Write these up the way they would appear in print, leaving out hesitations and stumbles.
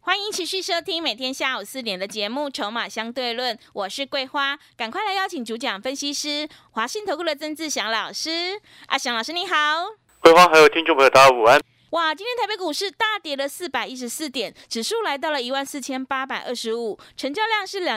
欢迎持续收听每天下午4点的节目《筹码相对论》，我是桂花，赶快来邀请主讲分析师华信投顾的曾志祥老师。阿祥老师你好。 桂花还有听众朋友大家午安。 哇，今天台北股市大跌了414点，指数来到了14825，成交量是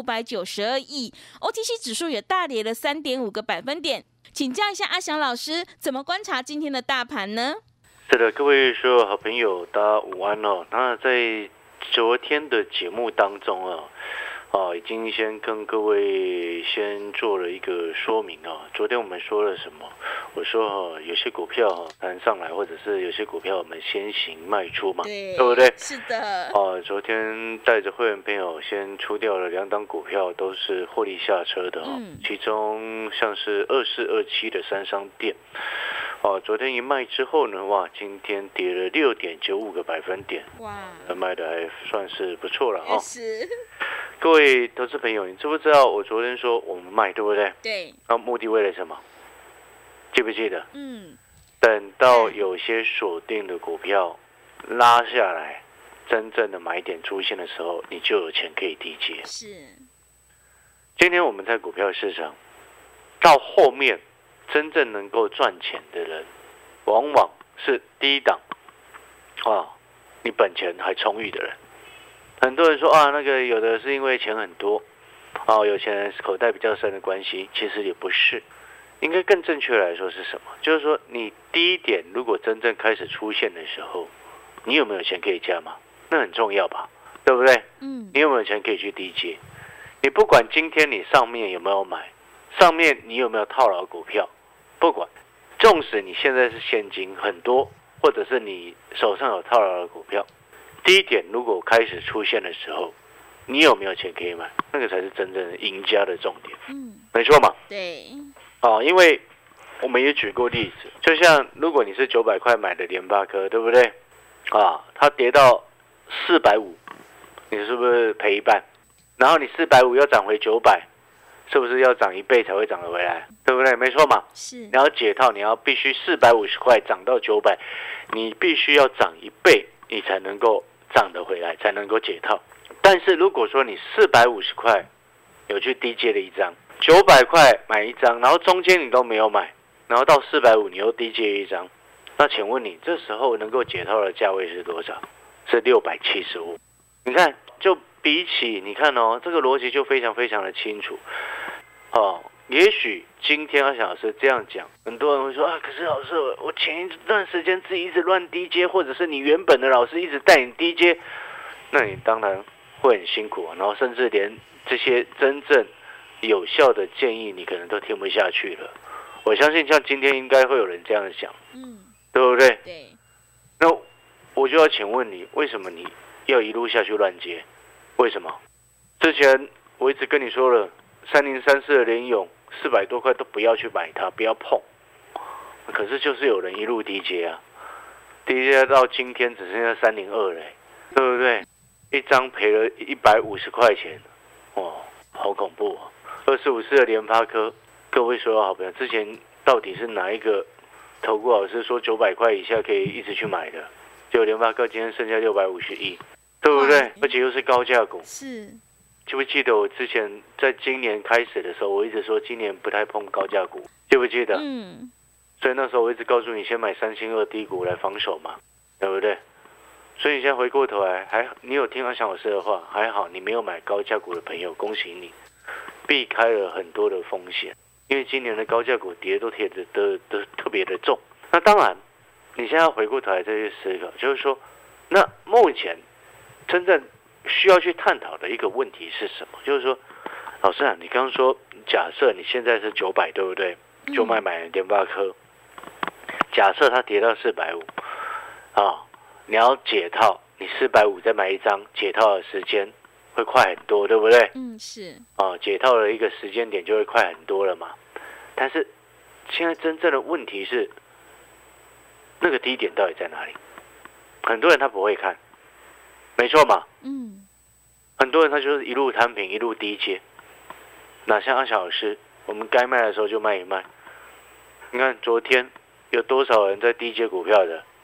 2592亿 ，OTC 指数也大跌了3.5个百分点。请教一下阿祥老师，怎么观察今天的大盘呢？ 是的，各位所有好朋友大家午安哦。那在昨天的节目当中已经先跟各位先做了一个说明昨天我们说了什么？我说有些股票弹上来，或者是有些股票我们先行卖出嘛，对不对？ 是的。 昨天带着会员朋友先出掉了2档股票，都是获利下车的其中像是2427的三商店。昨天一卖之后呢，哇，今天跌了6.95个百分点，哇，卖的还算是不错了是。 各位投资朋友，你知不知道我昨天说我们卖，对不对？ 对。 那目的为了什么？记不记得？等到有些锁定的股票拉下来，真正的买点出现的时候，你就有钱可以低接。 是。 今天我们在股票市场到后面，真正能够赚钱的人，往往是低档你本钱还充裕的人。很多人说那个有的是因为钱很多有钱人口袋比较深的关系，其实也不是。应该更正确来说是什么？就是说你低点如果真正开始出现的时候，你有没有钱可以加码？那很重要吧，对不对？你有没有钱可以去低接？你不管今天你上面有没有买，上面你有没有套牢股票，不管，纵使你现在是现金很多，或者是你手上有套牢的股票，低点如果开始出现的时候，你有没有钱可以买？那个才是真正的赢家的重点。没错嘛。 对。 因为我们也举过例子，就像如果你是900块买的联发科，对不对？它跌到450，你是不是赔一半？然后你450要涨回900，是不是要涨1倍才会涨得回来？对不对？没错嘛。 是。 你要解套，你要必须450块涨到900，你必须要涨1倍，你才能够涨得回来，才能够解套。但是如果说你450块有去低接了一张，900块买一张，然后中间你都没有买，然后到450你又低接一张，那请问你这时候能够解套的价位是多少？是675。你看，就比起你看这个逻辑就非常非常的清楚。也许今天阿翔老师这样讲，很多人会说可是老师，我前一段时间自己一直乱低接，或者是你原本的老师一直带你低接，那你当然会很辛苦然后甚至连这些真正有效的建议你可能都听不下去了。我相信像今天应该会有人这样想，对不对？ 对。 那我就要请问你，为什么你要一路下去乱接？为什么？之前我一直跟你说了，3034的联咏400多块都不要去买它，不要碰。可是就是有人一路低接低接到今天只剩下302了，对不对？一张赔了150块钱，好恐怖2454的联发科，各位所有好朋友，之前到底是哪一个投顾老师说900块以下可以一直去买的？结果联发科今天剩下650亿，对不对？而且又是高价股。 是。 记不记得我之前在今年开始的时候，我一直说今年不太碰高价股，记不记得？所以那时候我一直告诉你，先买3星2低股来防守嘛，对不对？所以你现在回过头来，你有听阿翔老师的话，还好你没有买高价股的朋友，恭喜你，避开了很多的风险。因为今年的高价股跌都跌得特别的重。那当然，你现在回过头来再去思考，就是说，那目前真正需要去探讨的一个问题是什么？就是说，老师你刚刚说，假设你现在是900，对不对？就买联发科，假设它跌到450你要解套，你450再买一张，解套的时间会快很多，对不对？ 是。 解套的一个时间点就会快很多了嘛。但是现在真正的问题是，那个低点到底在哪里？很多人他不会看，没错嘛。很多人他就是一路摊平，一路低接。哪像阿翔老师，我们该卖的时候就卖一卖。你看昨天有多少人在低接股票的？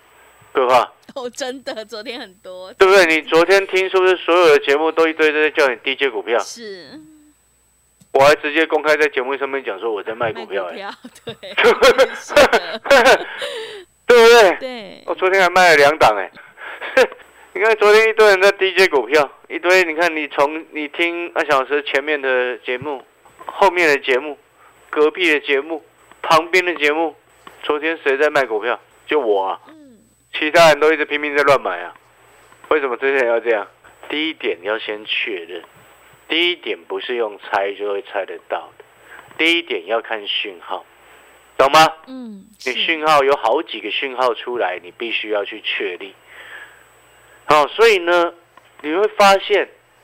可怕。 真的，昨天很多， 对不对？你昨天听是不是所有的节目都一堆在叫你低阶股票？ 是， 我还直接公开在节目上面讲说我在卖股票， 对，是的对不对？ 对， 我昨天还卖了2档你看昨天一堆人在低阶股票，一堆你看你听2小时前面的节目，后面的节目，隔壁的节目，旁边的节目，昨天谁在卖股票？就我啊。其他人都一直拼命在乱买啊，为什么这些人要这样？第一点要先确认，第一点不是用猜就会猜得到的，第一点要看讯号，懂吗？你讯号有好几个讯号出来，你必须要去确立。好，所以呢，你会发现，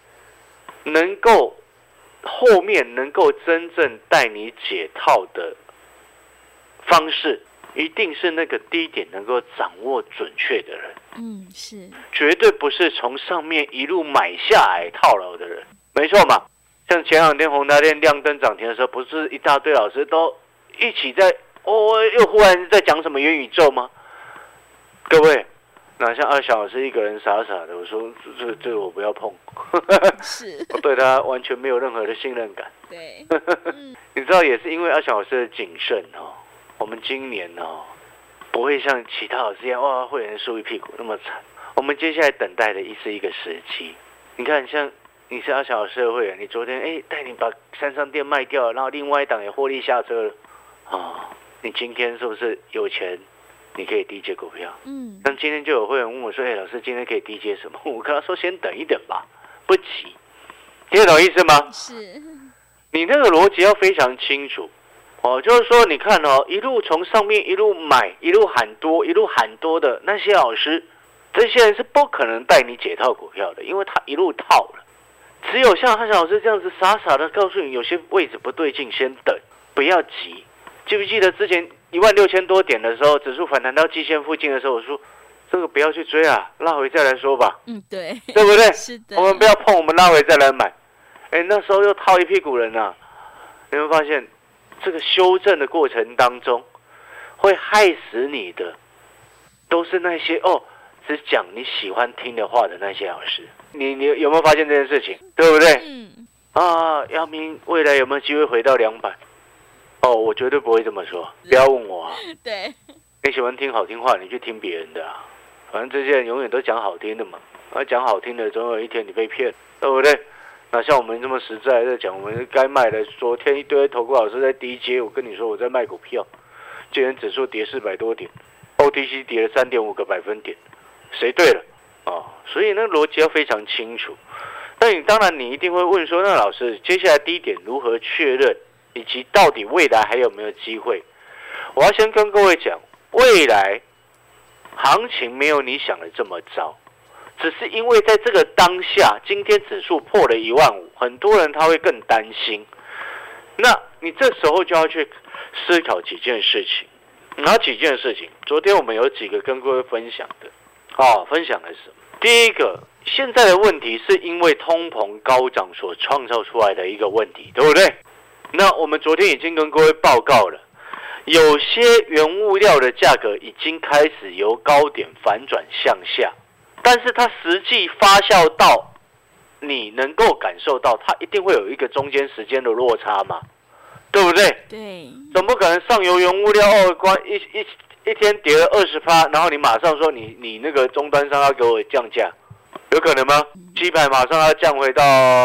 后面能够真正带你解套的方式。一定是那个低点能够掌握准确的人， 是， 绝对不是从上面一路买下来套牢的人，没错嘛。像前2天宏达电亮灯涨停的时候，不是一大堆老师都一起在又忽然在讲什么元宇宙吗？各位，哪像2小老师一个人傻傻的，我说这个我不要碰， 是， 我对他完全没有任何的信任感。 对， 你知道也是因为2小老师的谨慎我们今年不会像其他老师一样哇会员输一屁股那么惨。我们接下来等待的是一个时机。你看，像你是2小老师的会员，你昨天带你把山上店卖掉了，然后另外一档也获利下车了你今天是不是有钱？你可以低接股票。但今天就有会员问我说：“老师，今天可以低接什么？”我跟他说：“先等一等吧，不急。”听得懂意思吗？ 是。 你那个逻辑要非常清楚。就是说，你看一路从上面一路买，一路喊多的那些老师，这些人是不可能带你解套股票的，因为他一路套了。只有像汉小老师这样子傻傻的告诉你，有些位置不对劲，先等，不要急。记不记得之前16000多点的时候，指数反弹到季线附近的时候，我说这个不要去追啊，拉回再来说吧。 对， 对不对？ 是的， 我们不要碰，我们拉回再来买。那时候又套一屁股人啊，你会发现。这个修正的过程当中，会害死你的，都是那些只讲你喜欢听的话的那些老师。你有没有发现这件事情？对不对？阳明未来有没有机会回到200？我绝对不会这么说，不要问我啊。 对， 你喜欢听好听话，你去听别人的啊。反正这些人永远都讲好听的嘛，讲好听的，总有一天你被骗，对不对？那像我们这么实在在讲，我们该卖的。昨天一堆投顾老师在低接，我跟你说我在卖股票，今天指数跌400多点 ，OTC 跌了3.5个百分点，谁对了所以那逻辑要非常清楚。那当然你一定会问说，那老师接下来低点如何确认，以及到底未来还有没有机会？我要先跟各位讲，未来行情没有你想的这么糟。只是因为在这个当下，今天指数破了15000，很多人他会更担心。那你这时候就要去思考几件事情。哪几件事情？昨天我们有几个跟各位分享的。分享的是什么？第一个，现在的问题是因为通膨高涨所创造出来的一个问题，对不对？那我们昨天已经跟各位报告了，有些原物料的价格已经开始由高点反转向下。但是它实际发酵到你能够感受到，它一定会有一个中间时间的落差嘛，对不对？ 对。 怎么可能上游原物料一天跌了20%，然后你马上说你那个终端商要给我降价，有可能吗？鸡排马上要降回到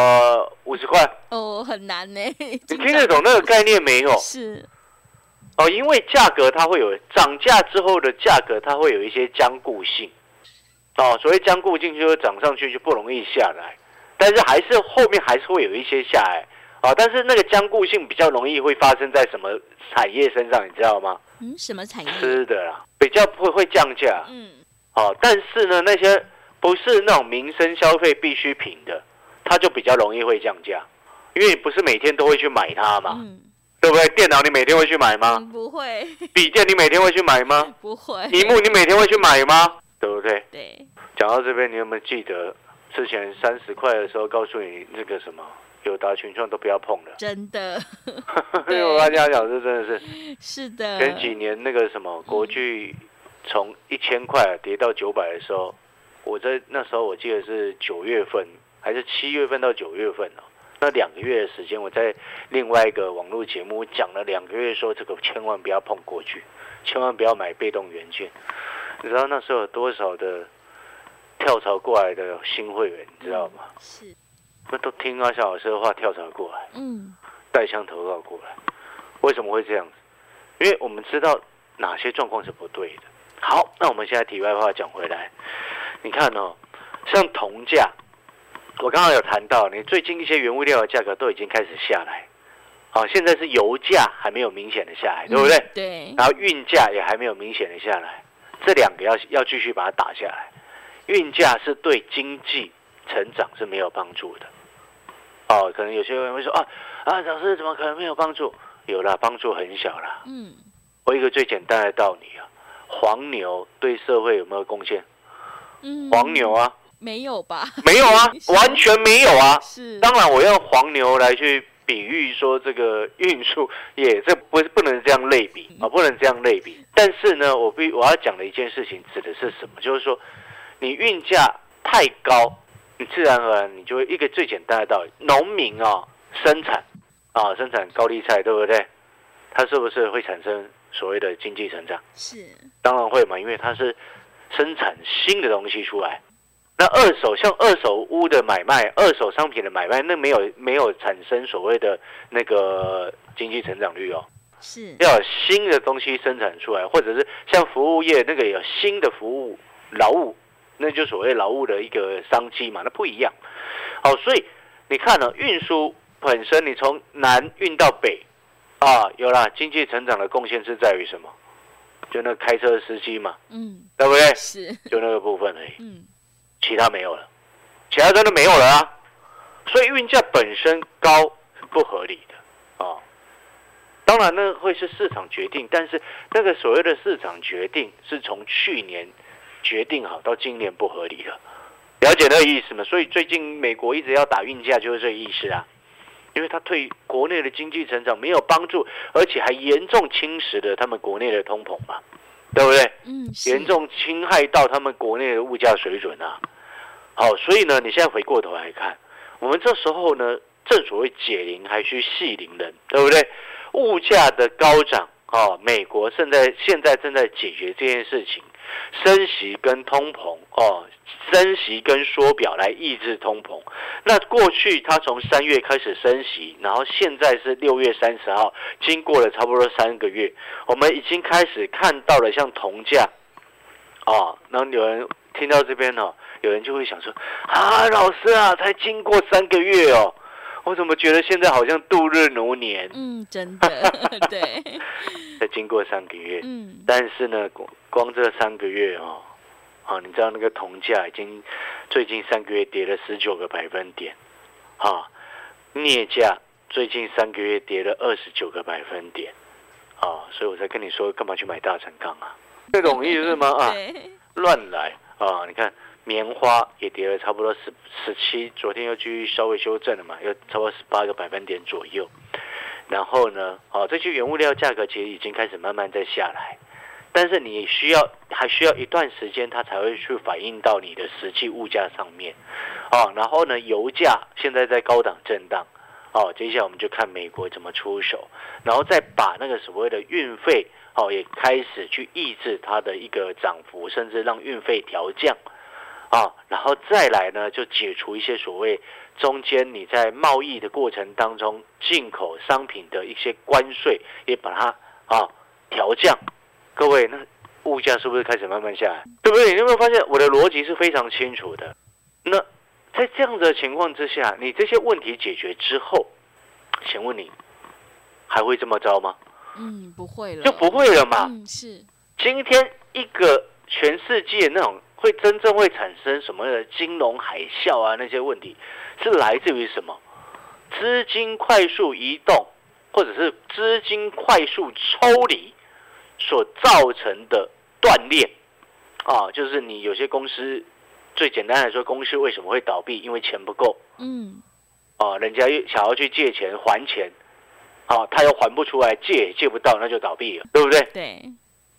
50块？ 很难呢。 你听得懂那个概念没有？ 是。 因为价格它会有涨价之后的价格，它会有一些僵固性。所谓僵固性就是涨上去就不容易下来，但是后面还是会有一些下来但是那个僵固性比较容易会发生在什么产业身上，你知道吗？ 什么产业？ 吃的啦，比较会降价。但是呢，那些不是那种民生消费必需品的，它就比较容易会降价，因为你不是每天都会去买它嘛，对不对？电脑你每天会去买吗？ 不会。 笔电你每天会去买吗？ 不会。 萤幕你每天会去买吗？对不对？ 对。 讲到这边，你有没有记得之前30块的时候告诉你那个什么友达群创都不要碰了？ 真的。 因为我跟大家讲，这真的是。 是的。 前几年那个什么国巨从1000块跌到900的时候，那时候我记得是9月份还是7月份到9月份哦，那2个月的时间，我在另外一个网络节目讲了2个月，说这个千万不要碰过去，千万不要买被动元件。你知道那时候有多少的跳槽过来的新会员，你知道吗？ 是， 那都听阿翔老师的话跳槽过来，带枪投靠过来。为什么会这样子？因为我们知道哪些状况是不对的。好，那我们现在题外话讲回来，你看哦，像铜价，我刚刚有谈到，你最近一些原物料的价格都已经开始下来，好，现在是油价还没有明显的下来，对不对？ 对。 然后运价也还没有明显的下来，这2个要继续把它打下来。运价是对经济成长是没有帮助的。哦，可能有些人会说老师怎么可能没有帮助？有啦，帮助很小啦。我一个最简单的道理啊，黄牛对社会有没有贡献？黄牛啊， 没有吧？ 没有啊，完全没有啊。 是， 当然我用黄牛来去比喻说这个运输这不能这样类比啊，不能这样类比。但是呢，我要讲的一件事情指的是什么？就是说，你运价太高，你自然而然你就会一个最简单的道理，农民生产高丽菜，对不对？它是不是会产生所谓的经济成长？ 是， 当然会嘛，因为它是生产新的东西出来。那像二手屋的买卖、二手商品的买卖，那没有产生所谓的那个经济成长率哦。 是， 要有新的东西生产出来，或者是像服务业那个有新的服务劳务，那就所谓劳务的一个商机嘛，那不一样。好，所以你看呢，运输本身你从南运到北有啦，经济成长的贡献是在于什么？就那开车的司机嘛，对不对？ 是， 就那个部分而已，其他没有了，其他真的没有了啊。所以运价本身高是不合理的啊。当然那会是市场决定，但是那个所谓的市场决定是从去年决定好到今年不合理了，了解那个意思吗？所以最近美国一直要打运价，就是这个意思啊。因为它对国内的经济成长没有帮助，而且还严重侵蚀了他们国内的通膨嘛，对不对？严重侵害到他们国内的物价水准啊。好，所以呢，你现在回过头来看，我们这时候呢，正所谓解铃还须系铃人，对不对？物价的高涨美国现在正在解决这件事情，升息跟通膨升息跟缩表来抑制通膨。那过去它从3月开始升息，然后现在是6月30号，经过了差不多3个月，我们已经开始看到了像铜价然后有人听到这边有人就会想说老师啊，才经过3个月我怎么觉得现在好像度日如年？ 真的，对， 才经过3个月，但是呢，光这3个月你知道那个铜价已经最近3个月跌了19个百分点，镍价最近3个月跌了29个百分点，所以我才跟你说干嘛去买大成钢啊？这种意思吗？乱来你看。棉花也跌了差不多17，昨天又继续稍微修正了嘛，又差不多18个百分点左右。然后呢，这些原物料价格其实已经开始慢慢在下来，但是你还需要一段时间，它才会去反映到你的实际物价上面。然后呢，油价现在在高档震荡，接下来我们就看美国怎么出手，然后再把那个所谓的运费也开始去抑制它的一个涨幅，甚至让运费调降。然后再来呢，就解除一些所谓中间你在贸易的过程当中进口商品的一些关税，也把它调降。各位，那物价是不是开始慢慢下来？对不对？你有没有发现我的逻辑是非常清楚的？那在这样的情况之下，你这些问题解决之后，请问你还会这么糟吗？ 不会了， 就不会了嘛。 是。今天一个全世界那种会真正会产生什么的金融海啸啊，那些问题是来自于什么？资金快速移动，或者是资金快速抽离所造成的断裂就是你有些公司，最简单来说，公司为什么会倒闭？因为钱不够。人家想要去借钱还钱，他又还不出来，借也借不到，那就倒闭了，对不对？ 对。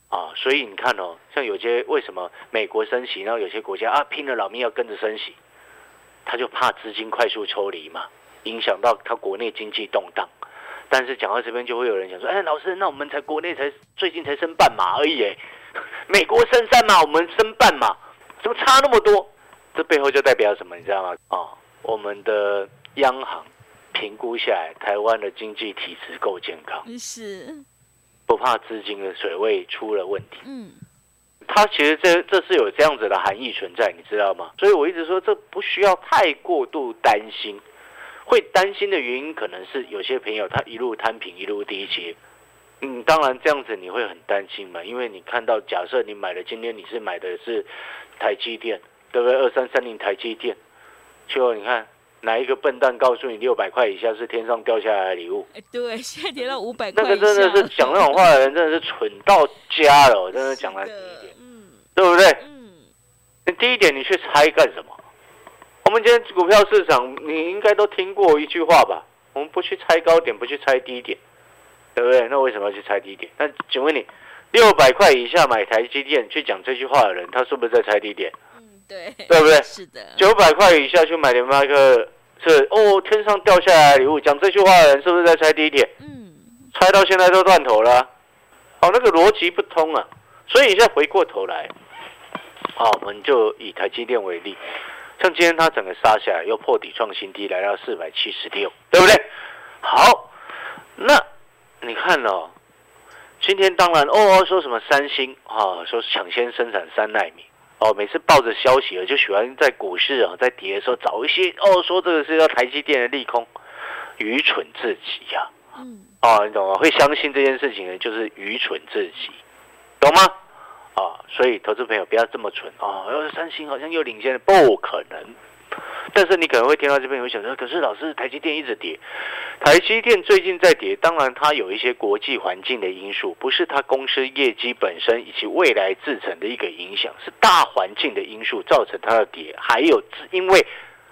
啊，所以你看哦，像有些为什么美国升息，然后有些国家啊拼了老命要跟着升息，他就怕资金快速抽离嘛，影响到他国内经济动荡。但是讲到这边就会有人想说，哎，老师，那我们国内最近才升半码而已，美国升3码，我们升半码，怎么差那么多？这背后就代表什么，你知道吗？我们的央行评估下来，台湾的经济体质够健康， 是不怕资金的水位出了问题。它其实这是有这样子的含义存在，你知道吗？所以我一直说，这不需要太过度担心。会担心的原因可能是有些朋友他一路摊平一路低接，当然这样子你会很担心嘛，因为你看到假设你买的今天你是买的是台积电，对不对？2330台积电，结果你看哪一个笨蛋告诉你600块以下是天上掉下来的礼物？ 对，现在跌到500块以下， 那个真的是讲那种话的人真的是蠢到家了，我真的讲来第一点，对不对？你第一点你去猜干什么？我们今天股票市场，你应该都听过一句话吧？我们不去猜高点，不去猜低点，对不对？那为什么要去猜低点？那请问你，600块以下买台积电去讲这句话的人，他是不是在猜低点？ 对， 对不对？ 是的。900 块以下去买联发科，是天上掉下来的礼物，讲这句话的人是不是在猜低点？猜到现在都断头了那个逻辑不通啊。所以你现在回过头来，我们就以台积电为例。像今天它整个杀下来，又破底创新低，来到476，对不对？好，那你看今天当然说什么三星说抢先生产3奈米每次抱着消息就喜欢在股市在跌的时候找一些说这个是要台积电的利空，愚蠢至极呀！你懂吗？会相信这件事情的就是愚蠢至极，懂吗？所以投资朋友不要这么蠢三星好像又领先了，不可能。但是你可能会听到这边有想说，可是老师台积电一直跌，台积电最近在跌，当然它有一些国际环境的因素，不是它公司业绩本身以及未来制程的一个影响，是大环境的因素造成它的跌，还有因为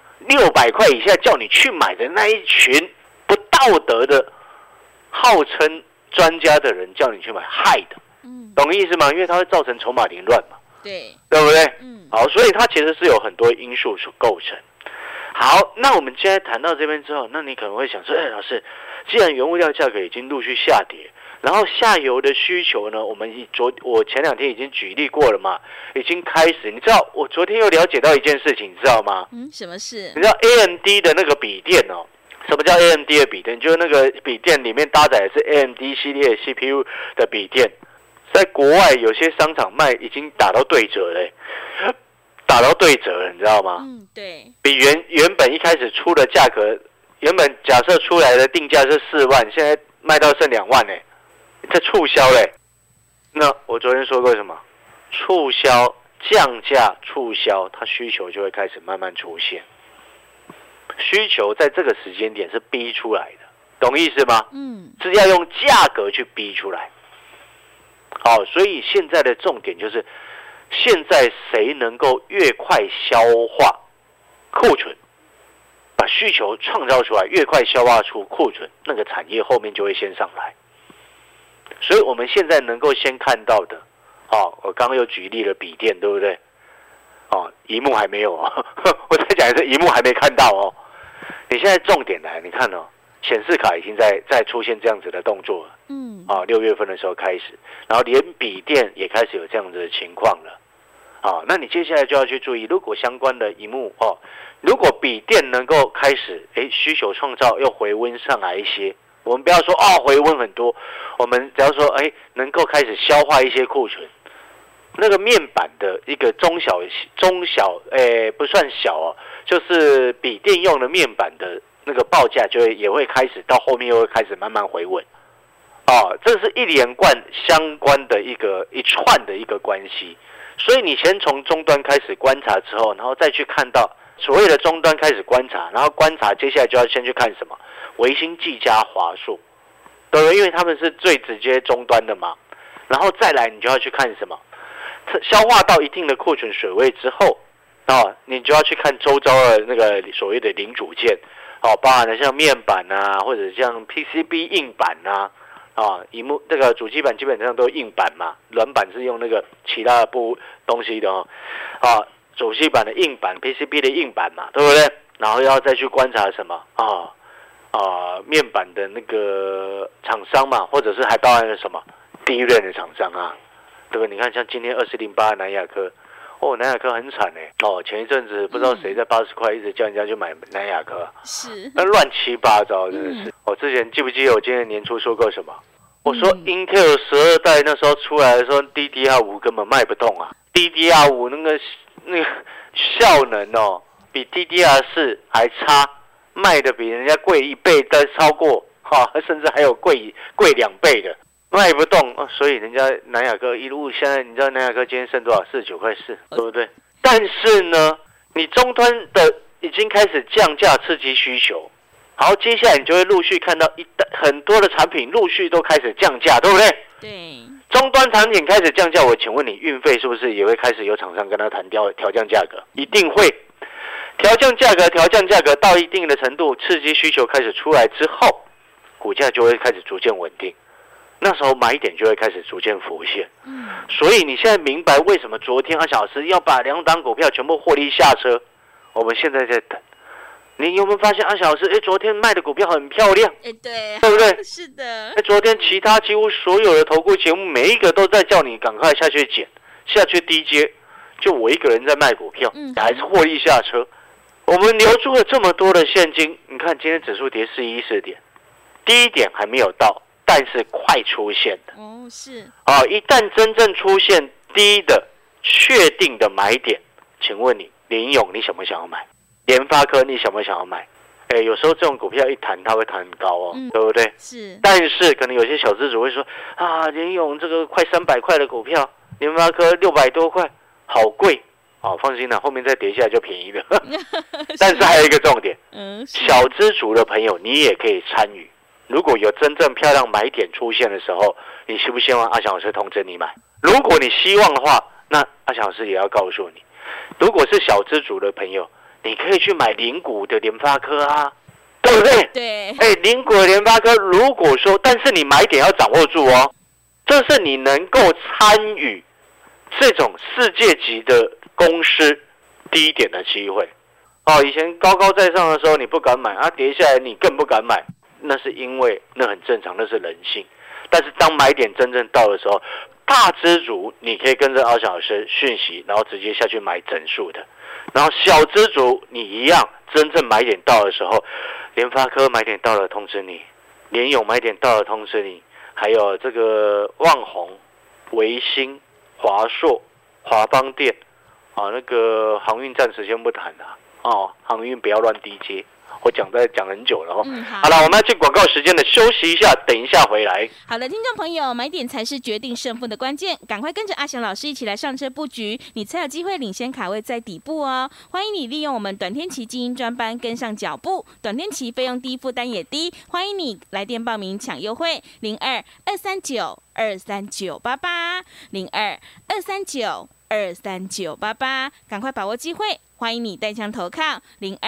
600块以下叫你去买的那一群不道德的号称专家的人叫你去买，害的。懂意思吗？因为它会造成筹码凌乱嘛，对不对？好，所以它其实是有很多因素所构成。好，那我们现在谈到这边之后，那你可能会想说，老师，既然原物料价格已经陆续下跌，然后下游的需求呢，我前2天已经举例过了嘛，已经开始。你知道我昨天又了解到一件事情，你知道吗？ 什么事？ 你知道 AMD 的那个笔电什么叫 AMD 的笔电？就是那个笔电里面搭载的是 AMD 系列 CPU 的笔电。在国外有些商场卖已经打到对折了，打到对折了，你知道吗？ 对， 比原本一开始出的价格，原本假设出来的定价是4万，现在卖到剩2万在促销那我昨天说过什么？促销降价促销，它需求就会开始慢慢出现。需求在这个时间点是逼出来的，懂意思吗？是要用价格去逼出来。所以现在的重点就是，现在谁能够越快消化库存，把需求创造出来，越快消化出库存，那个产业后面就会先上来。所以我们现在能够先看到的，我刚刚又举例了笔电，对不对？萤幕还没有我再讲一次，萤幕还没看到你现在重点来，你看显示卡已经在出现这样子的动作了。6月份的时候开始，然后连笔电也开始有这样子的情况了。那你接下来就要去注意，如果相关的萤幕如果笔电能够开始需求创造又回温上来一些，我们不要说回温很多，我们只要说能够开始消化一些库存，那个面板的一个中小不算小就是笔电用的面板的那个报价也会开始到后面又会开始慢慢回稳。这是一连贯相关的一串的一个关系，所以你先从终端开始观察之后，然后再去看到所谓的终端开始观察，然后观察接下来就要先去看什么？微星、技嘉、华硕，对不对？因为他们是最直接终端的嘛。然后再来你就要去看什么？消化到一定的库存水位之后，你就要去看周遭的那个所谓的零组件，包含了像面板或者像 PCB 硬板啊，这个主机板基本上都硬板嘛，软板是用那个其他的东西的啊，主机板的硬板 PCB 的硬板嘛，对不对？然后要再去观察什么面板的那个厂商嘛，或者是还包含了什么低润的厂商啊，对不对？你看像今天2008的南亚科，南亚科很惨前一阵子不知道谁在80块一直叫人家去买南亚科， 是那乱七八糟真的是。之前记不记得我今年年初说过什么？我说 Intel 12代那时候出来的时候 ，DDR5 根本卖不动啊 ，DDR5 那个效能比 DDR4 还差，卖的比人家贵1倍，再超过甚至还有贵2倍的，卖不动所以人家南亚科一路现在你知道南亚科今天剩多少？49块4，对不对？但是呢，你终端的已经开始降价刺激需求，好，接下来你就会陆续看到很多的产品陆续都开始降价，对不对？ 对。 终端产品开始降价，我请问你运费是不是也会开始有厂商跟他谈调降价格？一定会。调降价格到一定的程度，刺激需求开始出来之后，股价就会开始逐渐稳定，那时候买点就会开始逐渐浮现。所以你现在明白为什么昨天阿小老师要把2档股票全部获利下车？我们现在在等。你有没有发现阿小老师？昨天卖的股票很漂亮， 对， 对不对？ 是的。 昨天其他几乎所有的投顾节目，每一个都在叫你赶快下去捡，下去低接，就我一个人在卖股票，还是获利下车。我们留住了这么多的现金，你看今天指数跌414点，低点还没有到，但是快出现的。 是。 一旦真正出现低的确定的买点，请问你联咏你想不想要买？联发科你想不想要买？有时候这种股票一弹它会弹很高对不对？ 是。但是可能有些小资主会说联咏这个快300块的股票，联发科600多块，好贵。放心啦，后面再跌下来就便宜了。但是还有一个重点，小资族的朋友你也可以参与。如果有真正漂亮买点出现的时候，你希不希望阿翔老师通知你买？如果你希望的话，那阿翔老师也要告诉你，如果是小资族的朋友，你可以去买零股的联发科啊，对不对？ 对。 零股的联发科，如果说，但是你买点要掌握住这是你能够参与这种世界级的公司低点的机会。以前高高在上的时候你不敢买跌下来你更不敢买，那是因为那很正常，那是人性。但是当买点真正到的时候，大资族你可以跟着阿翔老师讯息，然后直接下去买整数的。然后小资族你一样，真正买点到的时候，联发科买点到了通知你，联咏买点到了通知你，还有这个旺宏、微星、华硕、华邦电那个航运暂时先不谈了航运不要乱低接，我讲很久了好了，我们要进广告时间了，休息一下，等一下回来。 好的，听众朋友，买点才是决定胜负的关键，赶快跟着阿翔老师一起来上车布局，你才有机会领先卡位在底部欢迎你利用我们短天期精英专班跟上脚步，短天期费用低，负担也低，欢迎你来电报名抢优惠02-239-239802-239-2388，赶快把握机会，欢迎你带枪投靠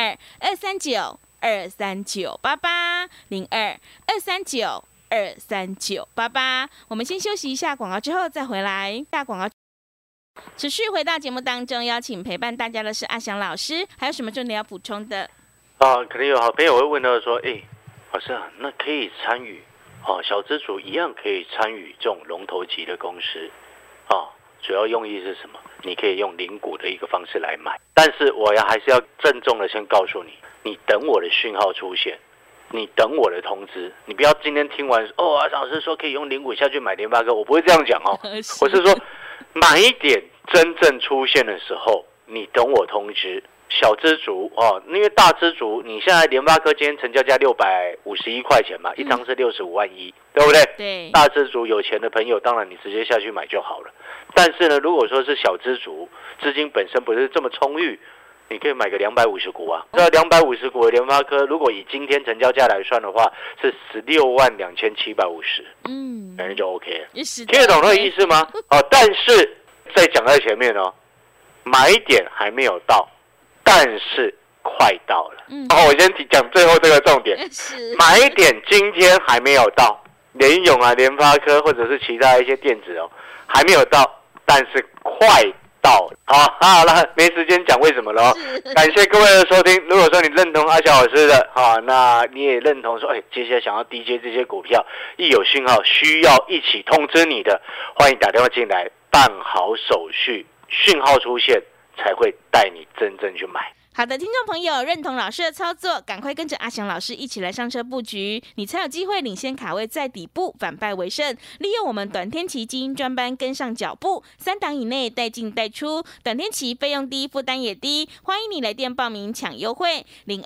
02-239-239802-239-2388。我们先休息一下广告，之后再回来。下广告持续回到节目当中，邀请陪伴大家的是阿翔老师，还有什么重点要补充的？ 可能有好朋友会问到说，老师那可以参与小资主一样可以参与这种龙头级的公司主要用意是什么？你可以用零股的一个方式来买，但是我还是要郑重的先告诉你，你等我的讯号出现，你等我的通知，你不要今天听完阿老师说可以用零股下去买联发科，我不会这样讲我是说买点真正出现的时候，你等我通知。小资族因为大资族，你现在联发科今天成交价651块钱嘛，一张是65万1，对不对？ 对。 大资族有钱的朋友，当然你直接下去买就好了。但是呢，如果说是小资族，资金本身不是这么充裕，你可以买个250股这250股的联发科，如果以今天成交价来算的话，是162750，反正就 OK 了。听得懂那个意思吗？但是再讲在前面买点还没有到。但是快到了我先讲最后这个重点，买点今天还没有到， 联咏啊、联发科或者是其他一些电子哦，还没有到，但是快到了。好了，没时间讲为什么了。感谢各位的收听。如果说你认同阿翔老师的，那你也认同说，接下来想要 DJ 这些股票，一有讯号需要一起通知你的，欢迎打电话进来，办好手续，讯号出现才会带你真正去买。 好的，听众朋友，认同老师的操作，赶快跟着阿翔老师一起来上车布局，你才有机会领先卡位在底部，反败为胜。利用我们短天期基因专班跟上脚步，3档以内带进带出，短天期费用低，负担也低。欢迎你来电报名抢优惠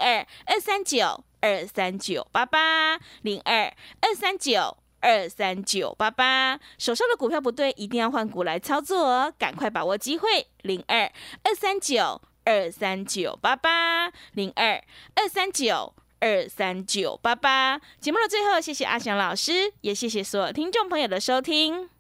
，02-239-23988，02-239-23988，手上的股票不对，一定要换股来操作哦，赶快把握机会，02-239-23988，02-239-23988。节目的最后，谢谢阿翔老师，也谢谢所有听众朋友的收听。